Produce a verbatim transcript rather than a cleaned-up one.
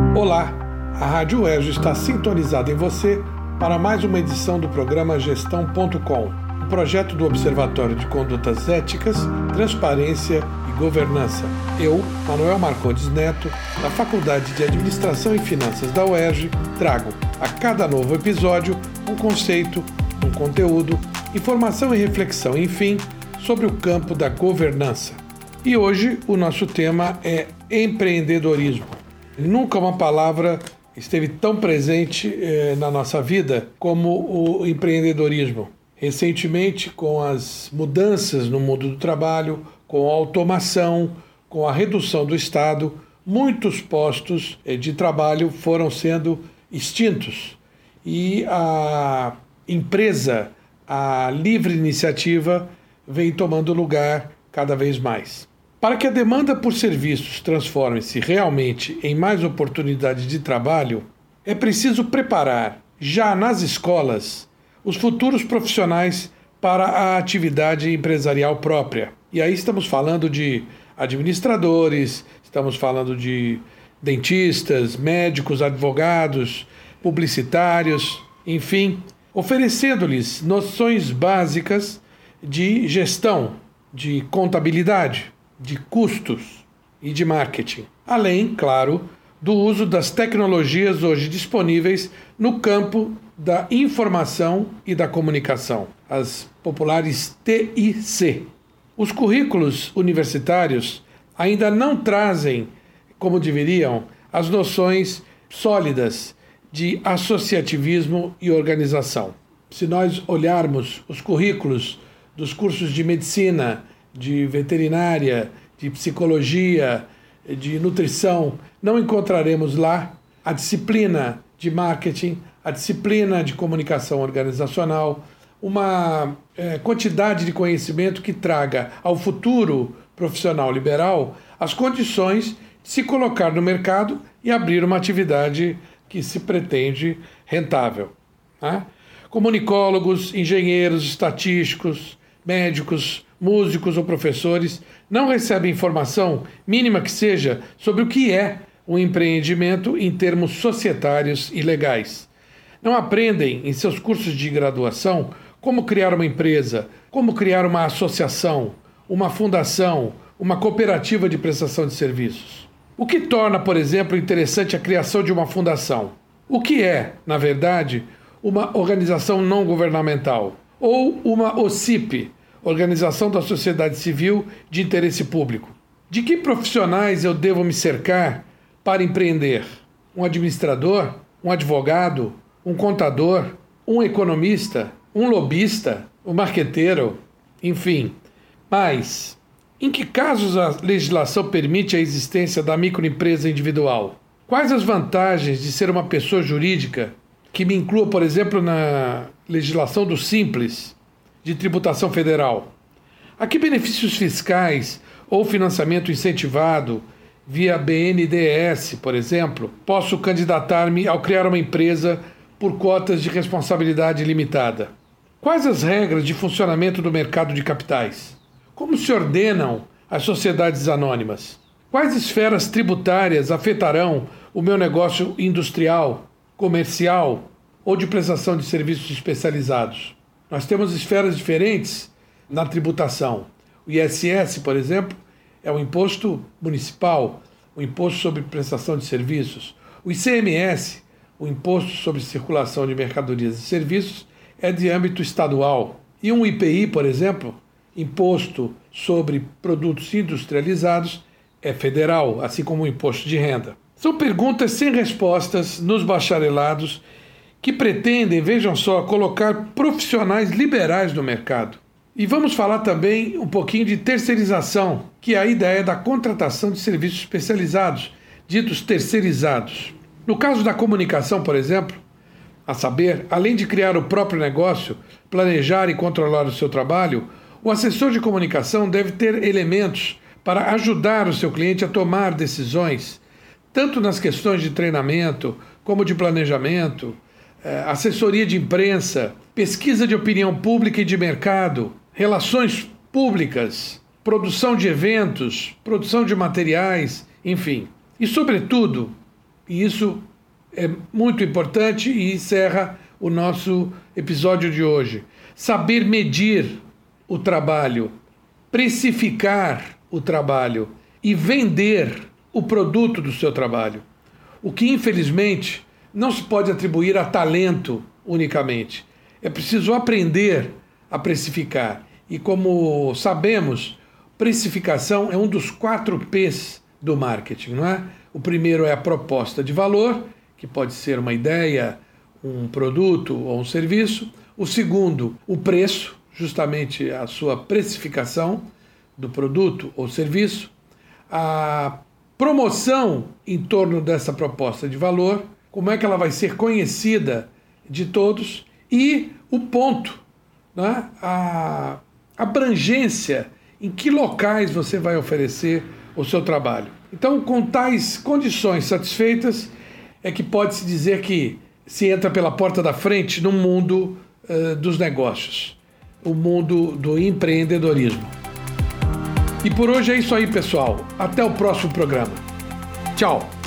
Olá, a Rádio UERJ está sintonizada em você para mais uma edição do programa Gestão ponto com, um projeto do Observatório de Condutas Éticas, Transparência e Governança. Eu, Manuel Marcondes Neto, da Faculdade de Administração e Finanças da UERJ, trago a cada novo episódio um conceito, um conteúdo, informação e reflexão, enfim, sobre o campo da governança. E hoje o nosso tema é empreendedorismo. Nunca uma palavra esteve tão presente eh, na nossa vida como o empreendedorismo. Recentemente, com as mudanças no mundo do trabalho, com a automação, com a redução do Estado, muitos postos eh, de trabalho foram sendo extintos. E a empresa, a livre iniciativa, vem tomando lugar cada vez mais. Para que a demanda por serviços transforme-se realmente em mais oportunidades de trabalho, é preciso preparar, já nas escolas, os futuros profissionais para a atividade empresarial própria. E aí estamos falando de administradores, estamos falando de dentistas, médicos, advogados, publicitários, enfim, oferecendo-lhes noções básicas de gestão, de contabilidade, de custos e de marketing. Além, claro, do uso das tecnologias hoje disponíveis no campo da informação e da comunicação, as populares T I C. Os currículos universitários ainda não trazem, como deveriam, as noções sólidas de associativismo e organização. Se nós olharmos os currículos dos cursos de medicina, de veterinária, de psicologia, de nutrição, não encontraremos lá a disciplina de marketing, a disciplina de comunicação organizacional, uma é, quantidade de conhecimento que traga ao futuro profissional liberal as condições de se colocar no mercado e abrir uma atividade que se pretende rentável. Né? Comunicólogos, engenheiros, estatísticos, médicos, músicos ou professores não recebem informação, mínima que seja, sobre o que é um empreendimento em termos societários e legais. Não aprendem em seus cursos de graduação como criar uma empresa, como criar uma associação, uma fundação, uma cooperativa de prestação de serviços. O que torna, por exemplo, interessante a criação de uma fundação? O que é, na verdade, uma organização não governamental? Ou uma O C I P, Organização da Sociedade Civil de Interesse Público? De que profissionais eu devo me cercar para empreender? Um administrador? Um advogado? Um contador? Um economista? Um lobista? Um marqueteiro? Enfim. Mas, em que casos a legislação permite a existência da microempresa individual? Quais as vantagens de ser uma pessoa jurídica que me inclua, por exemplo, na legislação do Simples, de tributação federal? A que benefícios fiscais ou financiamento incentivado via B N D E S, por exemplo, posso candidatar-me ao criar uma empresa por cotas de responsabilidade limitada? Quais as regras de funcionamento do mercado de capitais? Como se ordenam as sociedades anônimas? Quais esferas tributárias afetarão o meu negócio industrial, comercial ou de prestação de serviços especializados? Nós temos esferas diferentes na tributação. O I S S, por exemplo, é um imposto municipal, o imposto sobre prestação de serviços. O I C M S, o imposto sobre circulação de mercadorias e serviços, é de âmbito estadual. E um I P I, por exemplo, imposto sobre produtos industrializados, é federal, assim como o imposto de renda. São perguntas sem respostas nos bacharelados que pretendem, vejam só, colocar profissionais liberais no mercado. E vamos falar também um pouquinho de terceirização, que é a ideia da contratação de serviços especializados, ditos terceirizados. No caso da comunicação, por exemplo, a saber, além de criar o próprio negócio, planejar e controlar o seu trabalho, o assessor de comunicação deve ter elementos para ajudar o seu cliente a tomar decisões, tanto nas questões de treinamento, como de planejamento, assessoria de imprensa, pesquisa de opinião pública e de mercado, relações públicas, produção de eventos, produção de materiais, enfim. E, sobretudo, E isso é muito importante e encerra o nosso episódio de hoje. Saber medir o trabalho, precificar o trabalho e vender o produto do seu trabalho. O que, infelizmente, não se pode atribuir a talento unicamente. É preciso aprender a precificar. E como sabemos, precificação é um dos quatro P's do marketing, não é? O primeiro é a proposta de valor, que pode ser uma ideia, um produto ou um serviço. O segundo, o preço, justamente a sua precificação do produto ou serviço. A promoção em torno dessa proposta de valor, como é que ela vai ser conhecida de todos. E o ponto, né? A abrangência, em que locais você vai oferecer o seu trabalho. Então, com tais condições satisfeitas, é que pode-se dizer que se entra pela porta da frente no mundo uh, dos negócios, o mundo do empreendedorismo. E por hoje é isso aí, pessoal. Até o próximo programa. Tchau!